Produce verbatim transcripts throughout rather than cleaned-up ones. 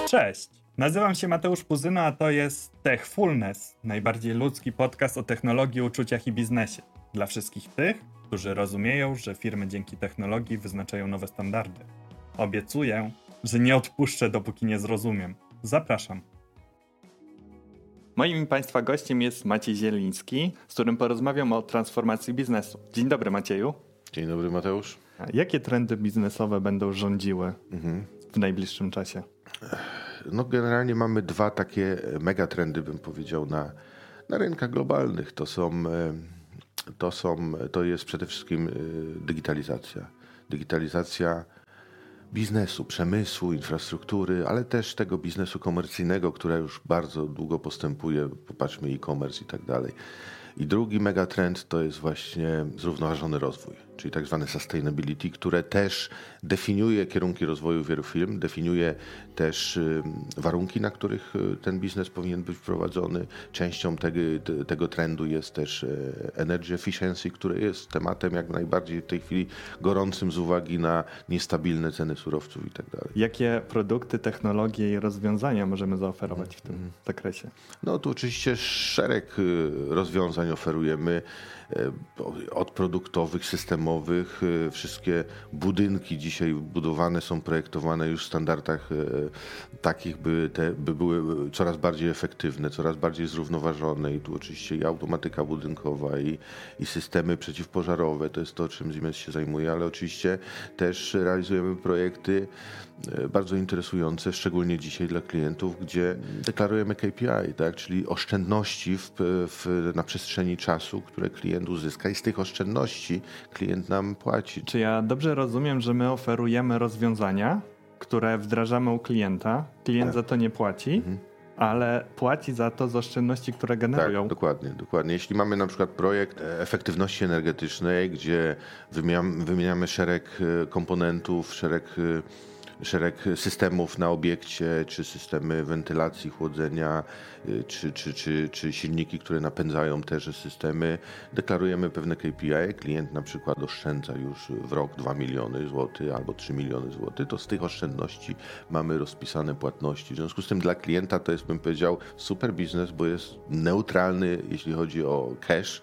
Cześć, nazywam się Mateusz Puzyna, a to jest Techfulness, najbardziej ludzki podcast o technologii, uczuciach i biznesie. Dla wszystkich tych, którzy rozumieją, że firmy dzięki technologii wyznaczają nowe standardy. Obiecuję, że nie odpuszczę, dopóki nie zrozumiem. Zapraszam. Moim Państwa gościem jest Maciej Zieliński, z którym porozmawiam o transformacji biznesu. Dzień dobry, Macieju. Dzień dobry, Mateusz. A jakie trendy biznesowe będą rządziły mhm. w najbliższym czasie? No generalnie mamy dwa takie megatrendy, bym powiedział, na, na rynkach globalnych. To są, to są, to jest przede wszystkim digitalizacja. Digitalizacja biznesu, przemysłu, infrastruktury, ale też tego biznesu komercyjnego, która już bardzo długo postępuje. Popatrzmy e-commerce i tak dalej. I drugi megatrend to jest właśnie zrównoważony rozwój, czyli tak zwane sustainability, które też definiuje kierunki rozwoju wielu firm, definiuje też warunki, na których ten biznes powinien być prowadzony. Częścią tego, tego trendu jest też energy efficiency, które jest tematem jak najbardziej w tej chwili gorącym z uwagi na niestabilne ceny surowców i tak dalej. Jakie produkty, technologie i rozwiązania możemy zaoferować w tym mm. zakresie? No tu oczywiście szereg rozwiązań oferujemy, od produktowych, systemowych. Wszystkie budynki dzisiaj budowane są, projektowane już w standardach takich, by, te, by były coraz bardziej efektywne, coraz bardziej zrównoważone i tu oczywiście i automatyka budynkowa i, i systemy przeciwpożarowe, to jest to, czym Siemens się zajmuje, ale oczywiście też realizujemy projekty bardzo interesujące, szczególnie dzisiaj dla klientów, gdzie deklarujemy K P I, tak? Czyli oszczędności w, w, na przestrzeni czasu, które klient uzyska i z tych oszczędności klient nam płaci. Czy ja dobrze rozumiem, że my oferujemy rozwiązania, które wdrażamy u klienta, klient tak. za to nie płaci, mhm. ale płaci za to z oszczędności, które generują. Tak, dokładnie, dokładnie. Jeśli mamy na przykład projekt efektywności energetycznej, gdzie wymieniamy, wymieniamy szereg komponentów, szereg szereg systemów na obiekcie, czy systemy wentylacji, chłodzenia, czy, czy, czy, czy silniki, które napędzają teże systemy. Deklarujemy pewne K P I, klient na przykład oszczędza już w rok dwa miliony złotych albo trzy miliony złotych, to z tych oszczędności mamy rozpisane płatności. W związku z tym dla klienta to jest, bym powiedział, super biznes, bo jest neutralny, jeśli chodzi o cash,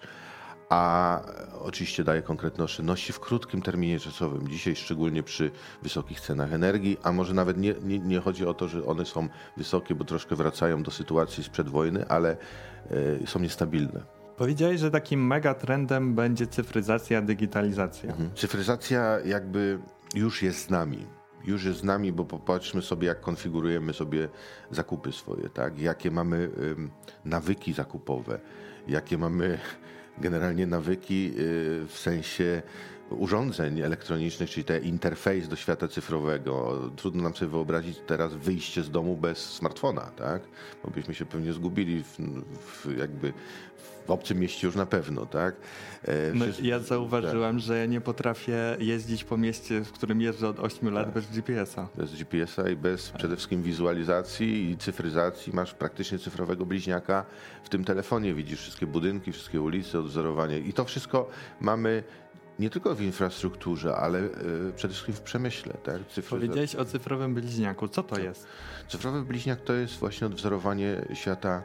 a oczywiście daje konkretne oszczędności w krótkim terminie czasowym. Dzisiaj szczególnie przy wysokich cenach energii, a może nawet nie, nie, nie chodzi o to, że one są wysokie, bo troszkę wracają do sytuacji sprzed wojny, ale y, są niestabilne. Powiedziałeś, że takim megatrendem będzie cyfryzacja, digitalizacja. Mhm. Cyfryzacja jakby już jest z nami. Już jest z nami, bo popatrzmy sobie, jak konfigurujemy sobie zakupy swoje, tak? Jakie mamy y, nawyki zakupowe, jakie mamy generalnie nawyki w sensie urządzeń elektronicznych, czyli ten interfejs do świata cyfrowego. Trudno nam sobie wyobrazić teraz wyjście z domu bez smartfona, tak? Bo byśmy się pewnie zgubili w, w jakby w obcym mieście już na pewno, tak? No, ja zauważyłem, tak. że ja nie potrafię jeździć po mieście, w którym jeżdżę od ośmiu lat tak. bez G P S a. Bez G P S a i bez przede wszystkim wizualizacji i cyfryzacji. Masz praktycznie cyfrowego bliźniaka w tym telefonie. Widzisz wszystkie budynki, wszystkie ulice, odwzorowanie i to wszystko mamy nie tylko w infrastrukturze, ale y, przede wszystkim w przemyśle. Tak? Cyfryza... Powiedziałeś o cyfrowym bliźniaku. Co to tak. jest? Cyfrowy bliźniak to jest właśnie odwzorowanie świata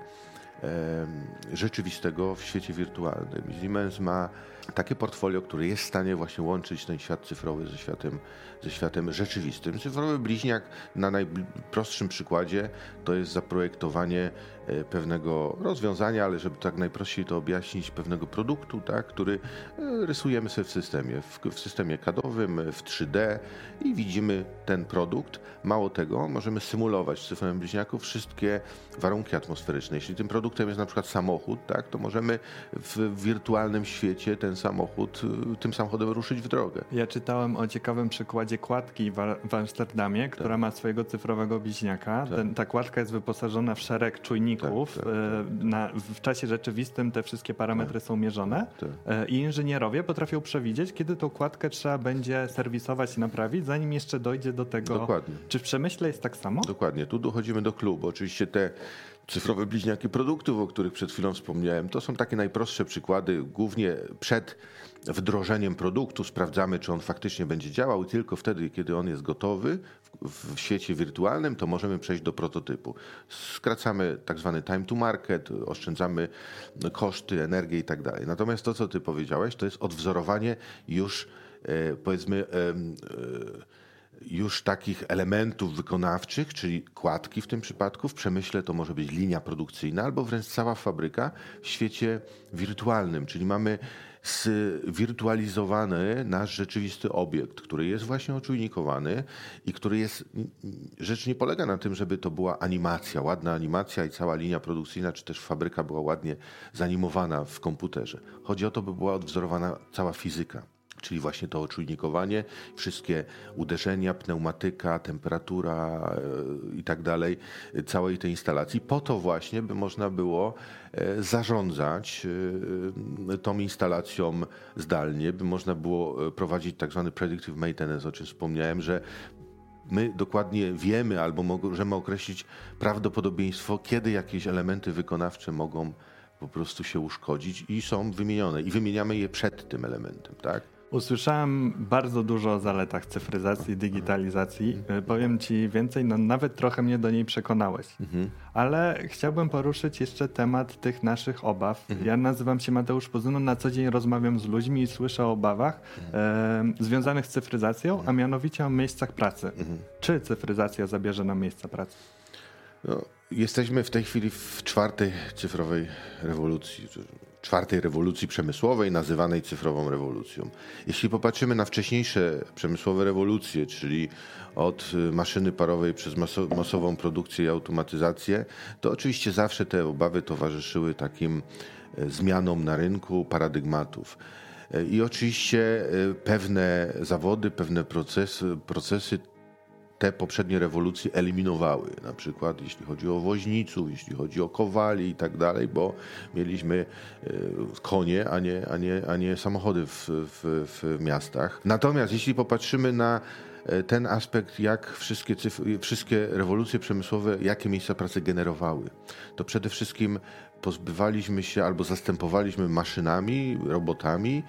rzeczywistego w świecie wirtualnym. Siemens ma takie portfolio, które jest w stanie właśnie łączyć ten świat cyfrowy ze światem, ze światem rzeczywistym. Cyfrowy bliźniak na najprostszym przykładzie to jest zaprojektowanie pewnego rozwiązania, ale żeby tak najprościej to objaśnić, pewnego produktu, tak, który rysujemy sobie w systemie, w, w systemie kadowym, w trzy D i widzimy ten produkt. Mało tego, możemy symulować w cyfrowym bliźniaku wszystkie warunki atmosferyczne. Jeśli tym produktem jest na przykład samochód, tak, to możemy w wirtualnym świecie ten samochód, tym samochodem ruszyć w drogę. Ja czytałem o ciekawym przykładzie kładki w Amsterdamie, która tak. ma swojego cyfrowego bliźniaka. Tak. Ten, ta kładka jest wyposażona w szereg czujników. Tak, tak, tak. Na, w czasie rzeczywistym te wszystkie parametry tak. są mierzone tak. i inżynierowie potrafią przewidzieć, kiedy tą kładkę trzeba będzie serwisować i naprawić, zanim jeszcze dojdzie do tego. Dokładnie. Czy w przemyśle jest tak samo? Dokładnie. Tu dochodzimy do klubu. Oczywiście te Cyfrowe bliźniaki produktów, o których przed chwilą wspomniałem, to są takie najprostsze przykłady. Głównie przed wdrożeniem produktu sprawdzamy, czy on faktycznie będzie działał i tylko wtedy, kiedy on jest gotowy w, w świecie wirtualnym, to możemy przejść do prototypu. Skracamy tak zwany time to market, oszczędzamy koszty, energię i tak dalej. Natomiast to, co ty powiedziałeś, to jest odwzorowanie już e, powiedzmy e, e, już takich elementów wykonawczych, czyli kładki w tym przypadku. W przemyśle to może być linia produkcyjna albo wręcz cała fabryka w świecie wirtualnym, czyli mamy zwirtualizowany nasz rzeczywisty obiekt, który jest właśnie oczujnikowany i który jest, rzecz nie polega na tym, żeby to była animacja, ładna animacja i cała linia produkcyjna, czy też fabryka była ładnie zanimowana w komputerze. Chodzi o to, by była odwzorowana cała fizyka. Czyli właśnie to oczujnikowanie, wszystkie uderzenia, pneumatyka, temperatura i tak dalej, całej tej instalacji, po to właśnie, by można było zarządzać tą instalacją zdalnie, by można było prowadzić tak zwany predictive maintenance, o czym wspomniałem, że my dokładnie wiemy albo możemy określić prawdopodobieństwo, kiedy jakieś elementy wykonawcze mogą po prostu się uszkodzić i są wymienione. I wymieniamy je przed tym elementem, tak? Usłyszałem bardzo dużo o zaletach cyfryzacji, digitalizacji. Mhm. Powiem ci więcej, no nawet trochę mnie do niej przekonałeś. Mhm. Ale chciałbym poruszyć jeszcze temat tych naszych obaw. Mhm. Ja nazywam się Mateusz Pozyno, na co dzień rozmawiam z ludźmi i słyszę o obawach mhm. e, związanych z cyfryzacją, mhm. a mianowicie o miejscach pracy. Mhm. Czy cyfryzacja zabierze nam miejsca pracy? No, jesteśmy w tej chwili w czwartej cyfrowej rewolucji. czwartej rewolucji przemysłowej, nazywanej cyfrową rewolucją. Jeśli popatrzymy na wcześniejsze przemysłowe rewolucje, czyli od maszyny parowej przez maso- masową produkcję i automatyzację, to oczywiście zawsze te obawy towarzyszyły takim zmianom na rynku paradygmatów. I oczywiście pewne zawody, pewne procesy, procesy te poprzednie rewolucje eliminowały. Na przykład jeśli chodzi o woźniców, jeśli chodzi o kowali i tak dalej, bo mieliśmy konie, a nie, a nie, a nie samochody w, w, w miastach. Natomiast jeśli popatrzymy na ten aspekt, jak wszystkie, cyf- wszystkie rewolucje przemysłowe, jakie miejsca pracy generowały, to przede wszystkim pozbywaliśmy się albo zastępowaliśmy maszynami, robotami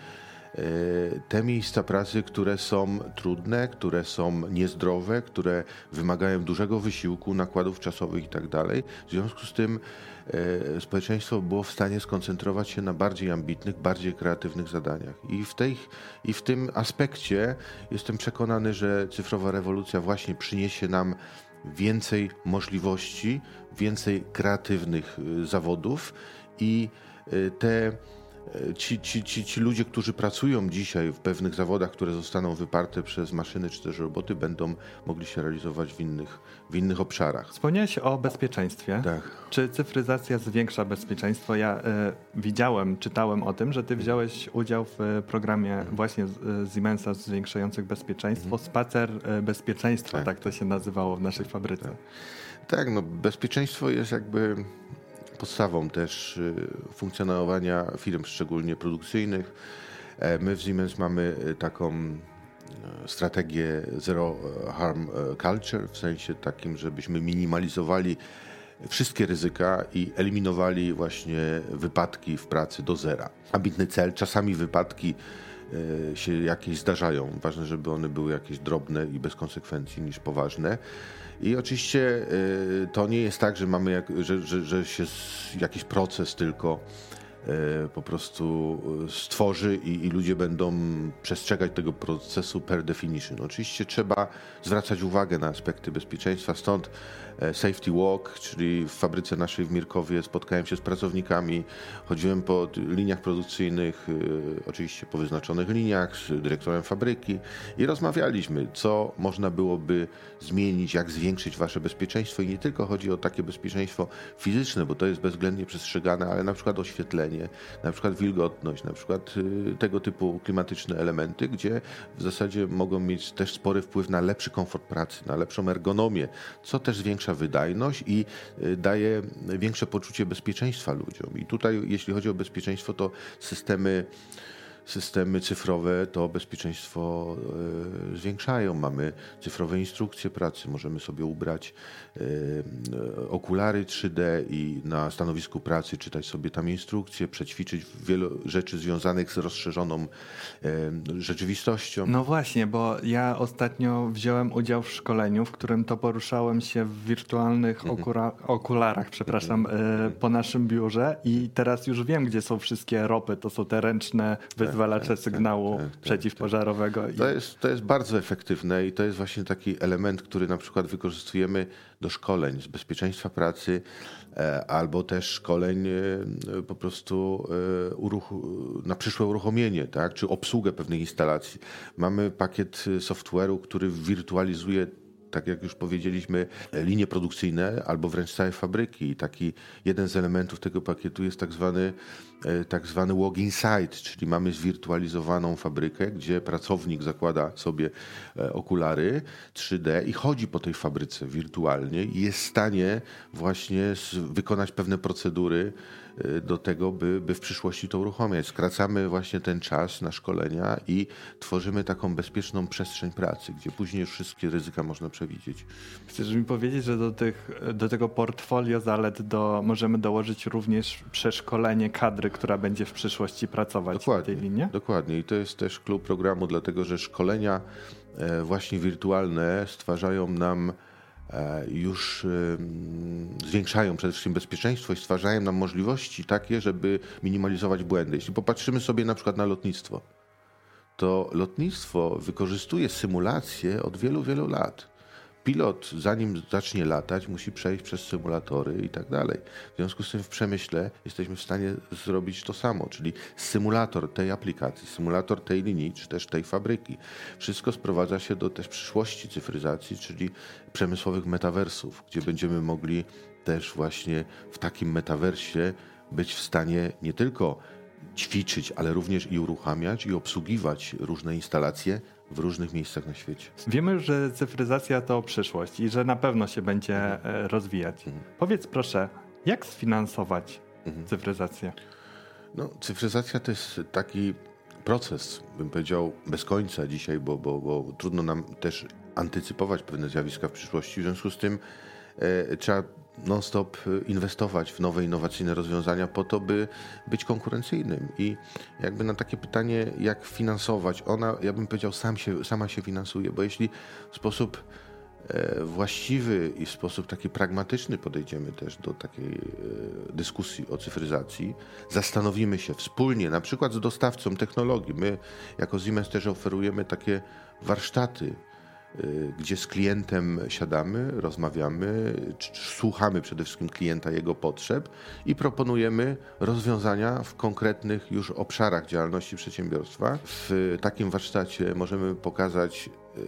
te miejsca pracy, które są trudne, które są niezdrowe, które wymagają dużego wysiłku, nakładów czasowych i tak dalej. W związku z tym e, społeczeństwo było w stanie skoncentrować się na bardziej ambitnych, bardziej kreatywnych zadaniach. I w, tej, i w tym aspekcie jestem przekonany, że cyfrowa rewolucja właśnie przyniesie nam więcej możliwości, więcej kreatywnych zawodów i te Ci, ci, ci, ci ludzie, którzy pracują dzisiaj w pewnych zawodach, które zostaną wyparte przez maszyny czy też roboty, będą mogli się realizować w innych, w innych obszarach. Wspomniałeś o bezpieczeństwie. Tak. Czy cyfryzacja zwiększa bezpieczeństwo? Ja y, widziałem, czytałem o tym, że ty wziąłeś udział w programie mhm. właśnie z, z Siemensa zwiększających bezpieczeństwo. Mhm. Spacer y, bezpieczeństwa, tak. tak to się nazywało w naszej fabryce. Tak, tak no bezpieczeństwo jest jakby podstawą też funkcjonowania firm, szczególnie produkcyjnych. My w Siemens mamy taką strategię Zero Harm Culture, w sensie takim, żebyśmy minimalizowali wszystkie ryzyka i eliminowali właśnie wypadki w pracy do zera. Ambitny cel, czasami wypadki się jakieś zdarzają. Ważne, żeby one były jakieś drobne i bez konsekwencji niż poważne. I oczywiście to nie jest tak, że mamy jak, że, że, że się jakiś proces tylko po prostu stworzy i, i ludzie będą przestrzegać tego procesu per definition. Oczywiście trzeba zwracać uwagę na aspekty bezpieczeństwa, stąd safety walk, czyli w fabryce naszej w Mirkowie spotkałem się z pracownikami, chodziłem po liniach produkcyjnych, oczywiście po wyznaczonych liniach, z dyrektorem fabryki i rozmawialiśmy, co można byłoby zmienić, jak zwiększyć wasze bezpieczeństwo i nie tylko chodzi o takie bezpieczeństwo fizyczne, bo to jest bezwzględnie przestrzegane, ale na przykład oświetlenie, na przykład wilgotność, na przykład tego typu klimatyczne elementy, gdzie w zasadzie mogą mieć też spory wpływ na lepszy komfort pracy, na lepszą ergonomię, co też zwiększa wydajność i daje większe poczucie bezpieczeństwa ludziom. I tutaj, jeśli chodzi o bezpieczeństwo, to systemy systemy cyfrowe to bezpieczeństwo e, zwiększają. Mamy cyfrowe instrukcje pracy, możemy sobie ubrać e, okulary trzy D i na stanowisku pracy czytać sobie tam instrukcje, przećwiczyć wiele rzeczy związanych z rozszerzoną e, rzeczywistością. No właśnie, bo ja ostatnio wziąłem udział w szkoleniu, w którym to poruszałem się w wirtualnych okura- okularach, przepraszam, e, po naszym biurze i teraz już wiem, gdzie są wszystkie ropy. To są te ręczne wyzwalacze tak, tak, sygnału tak, tak, przeciwpożarowego. Tak, tak. To, jest, to jest bardzo efektywne i to jest właśnie taki element, który na przykład wykorzystujemy do szkoleń z bezpieczeństwa pracy e, albo też szkoleń e, po prostu e, uruch- na przyszłe uruchomienie, tak? Czy obsługę pewnych instalacji. Mamy pakiet software'u, który wirtualizuje, tak jak już powiedzieliśmy, linie produkcyjne albo wręcz całe fabryki. I taki jeden z elementów tego pakietu jest tak zwany, tak zwany walk inside, czyli mamy zwirtualizowaną fabrykę, gdzie pracownik zakłada sobie okulary trzy D i chodzi po tej fabryce wirtualnie i jest w stanie właśnie wykonać pewne procedury do tego, by, by w przyszłości to uruchamiać. Skracamy właśnie ten czas na szkolenia i tworzymy taką bezpieczną przestrzeń pracy, gdzie później już wszystkie ryzyka można przewidzieć. Chcesz mi powiedzieć, że do, tych, do tego portfolio zalet do, możemy dołożyć również przeszkolenie kadry, która będzie w przyszłości pracować dokładnie, w tej linie? Dokładnie. I to jest też klucz programu, dlatego że szkolenia właśnie wirtualne stwarzają nam już zwiększają przede wszystkim bezpieczeństwo i stwarzają nam możliwości takie, żeby minimalizować błędy. Jeśli popatrzymy sobie na przykład na lotnictwo, to lotnictwo wykorzystuje symulacje od wielu, wielu lat. Pilot, zanim zacznie latać, musi przejść przez symulatory i tak dalej. W związku z tym w przemyśle jesteśmy w stanie zrobić to samo, czyli symulator tej aplikacji, symulator tej linii, czy też tej fabryki. Wszystko sprowadza się do też przyszłości cyfryzacji, czyli przemysłowych metaversów, gdzie będziemy mogli też właśnie w takim metaversie być w stanie nie tylko ćwiczyć, ale również i uruchamiać i obsługiwać różne instalacje w różnych miejscach na świecie. Wiemy już, że cyfryzacja to przyszłość i że na pewno się będzie mhm. rozwijać. Mhm. Powiedz proszę, jak sfinansować mhm. cyfryzację? No, cyfryzacja to jest taki proces, bym powiedział, bez końca dzisiaj, bo, bo, bo trudno nam też antycypować pewne zjawiska w przyszłości. W związku z tym e, trzeba non-stop inwestować w nowe, innowacyjne rozwiązania po to, by być konkurencyjnym. I jakby na takie pytanie, jak finansować, ona, ja bym powiedział, sam się, sama się finansuje, bo jeśli w sposób e, właściwy i w sposób taki pragmatyczny podejdziemy też do takiej e, dyskusji o cyfryzacji, zastanowimy się wspólnie, na przykład z dostawcą technologii. My jako Siemens też oferujemy takie warsztaty, gdzie z klientem siadamy, rozmawiamy, słuchamy przede wszystkim klienta, jego potrzeb i proponujemy rozwiązania w konkretnych już obszarach działalności przedsiębiorstwa. W takim warsztacie możemy pokazać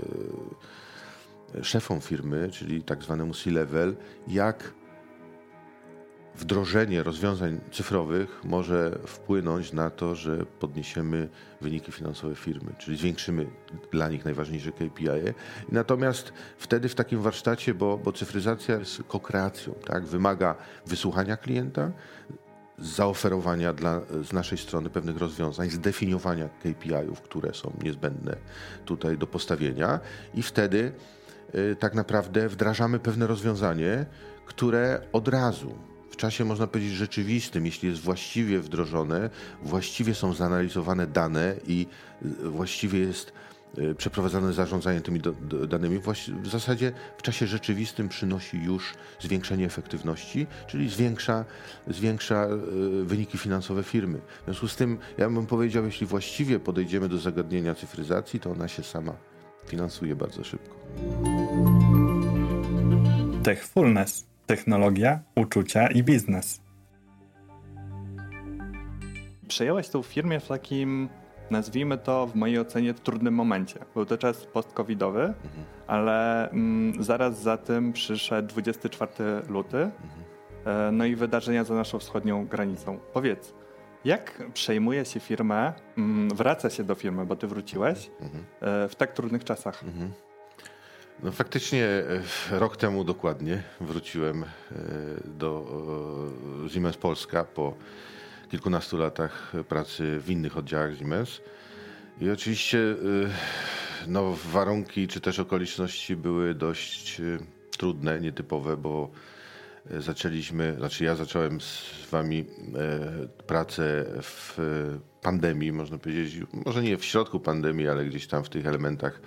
szefom firmy, czyli tak zwanemu C-level, jak wdrożenie rozwiązań cyfrowych może wpłynąć na to, że podniesiemy wyniki finansowe firmy, czyli zwiększymy dla nich najważniejsze K P I. Natomiast wtedy w takim warsztacie, bo, bo cyfryzacja jest kokreacją, tak? Wymaga wysłuchania klienta, zaoferowania dla, z naszej strony pewnych rozwiązań, zdefiniowania K P I ów, które są niezbędne tutaj do postawienia i wtedy y, tak naprawdę wdrażamy pewne rozwiązanie, które od razu w czasie, można powiedzieć, rzeczywistym, jeśli jest właściwie wdrożone, właściwie są zanalizowane dane i właściwie jest przeprowadzane zarządzanie tymi do, do, danymi, w zasadzie w czasie rzeczywistym przynosi już zwiększenie efektywności, czyli zwiększa, zwiększa wyniki finansowe firmy. W związku z tym, ja bym powiedział, jeśli właściwie podejdziemy do zagadnienia cyfryzacji, to ona się sama finansuje bardzo szybko. Techfulness. Technologia, uczucia i biznes. Przejąłeś tą firmę w takim, nazwijmy to w mojej ocenie, w trudnym momencie. Był to czas post-covidowy, mhm. ale mm, zaraz za tym przyszedł dwudziestego czwartego lutego, mhm. no i wydarzenia za naszą wschodnią granicą. Powiedz, jak przejmuje się firmę, mm, wraca się do firmy, bo ty wróciłeś, mhm. w tak trudnych czasach? Mhm. No faktycznie rok temu dokładnie wróciłem do Siemens Polska po kilkunastu latach pracy w innych oddziałach Siemens. I oczywiście no, warunki czy też okoliczności były dość trudne, nietypowe, bo zaczęliśmy, znaczy ja zacząłem z wami pracę w pandemii, można powiedzieć, może nie w środku pandemii, ale gdzieś tam w tych elementach,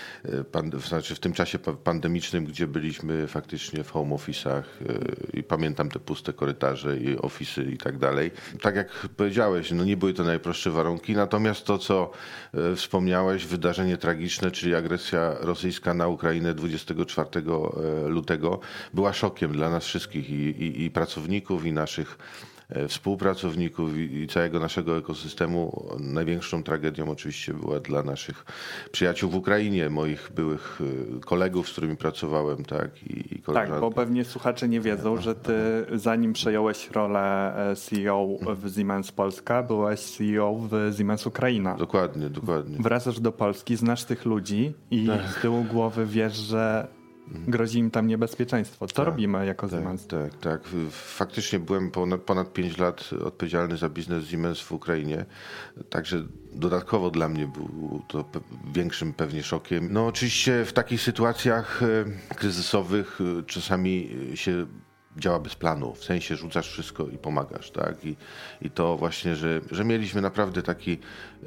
znaczy w tym czasie pandemicznym, gdzie byliśmy faktycznie w home office'ach i pamiętam te puste korytarze i ofisy i tak dalej. Tak jak powiedziałeś, no nie były to najprostsze warunki, natomiast to, co wspomniałeś, wydarzenie tragiczne, czyli agresja rosyjska na Ukrainę dwudziestego czwartego lutego była szokiem dla nas wszystkich i, i, i pracowników, i naszych współpracowników i, i całego naszego ekosystemu. Największą tragedią oczywiście była dla naszych przyjaciół w Ukrainie, moich byłych kolegów, z którymi pracowałem, tak, i, i koleżanki. Tak, bo pewnie słuchacze nie wiedzą, że ty zanim przejąłeś rolę C E O w Siemens Polska, byłeś C E O w Siemens Ukraina. Dokładnie, dokładnie. Wracasz do Polski, znasz tych ludzi i tak. z tyłu głowy wiesz, że grozi im tam niebezpieczeństwo. Co tak, robimy jako tak, Siemens? Tak, tak. Faktycznie byłem ponad, ponad pięć lat odpowiedzialny za biznes Siemens w Ukrainie. Także dodatkowo dla mnie był to większym pewnie szokiem. No oczywiście w takich sytuacjach kryzysowych czasami się działa bez planu, w sensie rzucasz wszystko i pomagasz, tak? I, i to właśnie, że, że mieliśmy naprawdę taki,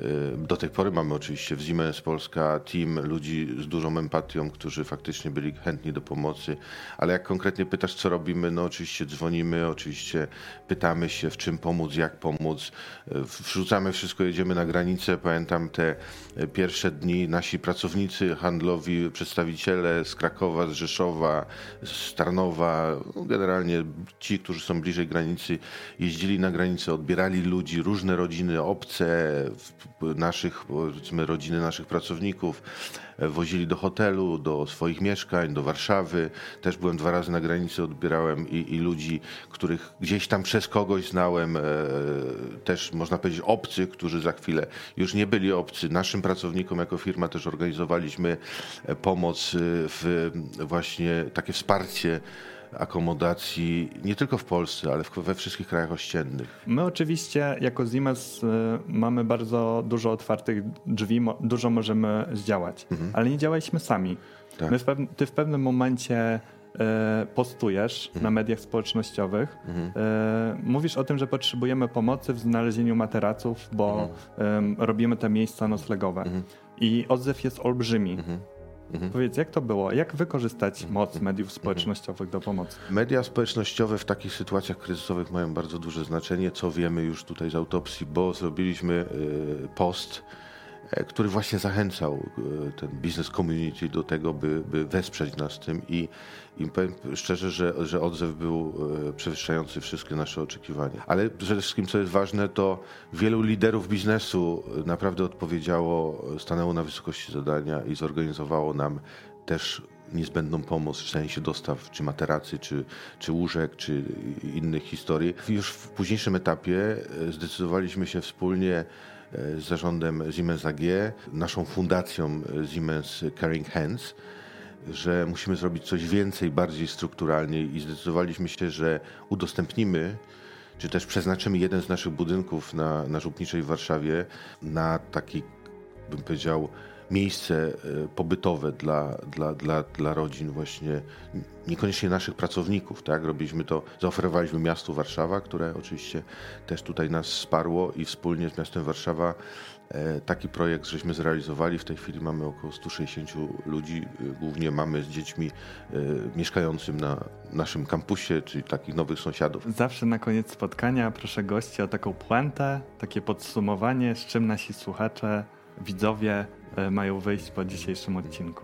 do tej pory mamy oczywiście w Siemens Polska team ludzi z dużą empatią, którzy faktycznie byli chętni do pomocy, ale jak konkretnie pytasz, co robimy, no oczywiście dzwonimy, oczywiście pytamy się, w czym pomóc, jak pomóc, wrzucamy wszystko, jedziemy na granicę. Pamiętam te pierwsze dni, nasi pracownicy handlowi, przedstawiciele z Krakowa, z Rzeszowa, z Tarnowa, generalnie ci, którzy są bliżej granicy, jeździli na granicę, odbierali ludzi, różne rodziny obce, naszych, powiedzmy, rodziny naszych pracowników, wozili do hotelu, do swoich mieszkań, do Warszawy. Też byłem dwa razy na granicy, odbierałem i, i ludzi, których gdzieś tam przez kogoś znałem, e, też można powiedzieć obcych, którzy za chwilę już nie byli obcy. Naszym pracownikom jako firma też organizowaliśmy pomoc w właśnie takie wsparcie akomodacji nie tylko w Polsce, ale we wszystkich krajach ościennych. My oczywiście jako Siemens mamy bardzo dużo otwartych drzwi, dużo możemy zdziałać, mhm. ale nie działaliśmy sami. Tak. My w pew- ty w pewnym momencie postujesz mhm. na mediach społecznościowych. Mhm. Mówisz o tym, że potrzebujemy pomocy w znalezieniu materaców, bo mhm. robimy te miejsca noclegowe. Mhm. I odzew jest olbrzymi. Mhm. Mhm. Powiedz, jak to było? Jak wykorzystać moc mediów społecznościowych do pomocy? Media społecznościowe w takich sytuacjach kryzysowych mają bardzo duże znaczenie, co wiemy już tutaj z autopsji, bo zrobiliśmy post, który właśnie zachęcał ten business community do tego, by, by wesprzeć nas w tym i, i powiem szczerze, że, że odzew był przewyższający wszystkie nasze oczekiwania. Ale przede wszystkim, co jest ważne, to wielu liderów biznesu naprawdę odpowiedziało, stanęło na wysokości zadania i zorganizowało nam też niezbędną pomoc w sensie dostaw czy materacy, czy, czy łóżek, czy innych historii. Już w późniejszym etapie zdecydowaliśmy się wspólnie z zarządem Siemens A G, naszą fundacją Siemens Caring Hands, że musimy zrobić coś więcej, bardziej strukturalnie i zdecydowaliśmy się, że udostępnimy, czy też przeznaczymy jeden z naszych budynków na, na Żupniczej w Warszawie na taki, bym powiedział, miejsce pobytowe dla, dla, dla, dla rodzin właśnie, niekoniecznie naszych pracowników, tak? Robiliśmy to, zaoferowaliśmy miastu Warszawa, które oczywiście też tutaj nas wsparło i wspólnie z miastem Warszawa taki projekt żeśmy zrealizowali. W tej chwili mamy około stu sześćdziesięciu ludzi, głównie mamy z dziećmi mieszkającym na naszym kampusie, czyli takich nowych sąsiadów. Zawsze na koniec spotkania proszę gości o taką puentę, takie podsumowanie, z czym nasi słuchacze, widzowie mają wyjść po dzisiejszym odcinku.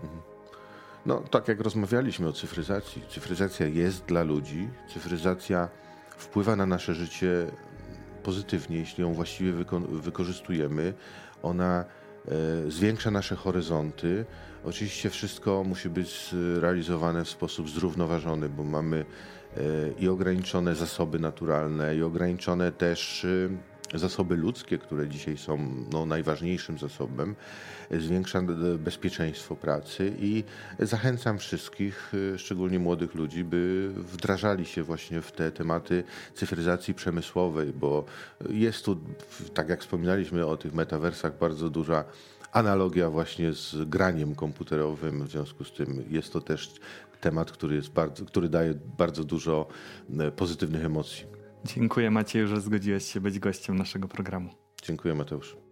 No, tak jak rozmawialiśmy o cyfryzacji. Cyfryzacja jest dla ludzi. Cyfryzacja wpływa na nasze życie pozytywnie, jeśli ją właściwie wyko- wykorzystujemy. Ona e, zwiększa nasze horyzonty. Oczywiście wszystko musi być realizowane w sposób zrównoważony, bo mamy e, i ograniczone zasoby naturalne, i ograniczone też e, zasoby ludzkie, które dzisiaj są no, najważniejszym zasobem, zwiększa bezpieczeństwo pracy i zachęcam wszystkich, szczególnie młodych ludzi, by wdrażali się właśnie w te tematy cyfryzacji przemysłowej, bo jest tu, tak jak wspominaliśmy o tych metaversach, bardzo duża analogia właśnie z graniem komputerowym, w związku z tym jest to też temat, który, jest bardzo, który daje bardzo dużo pozytywnych emocji. Dziękuję Macieju, że zgodziłeś się być gościem naszego programu. Dziękuję, Mateusz.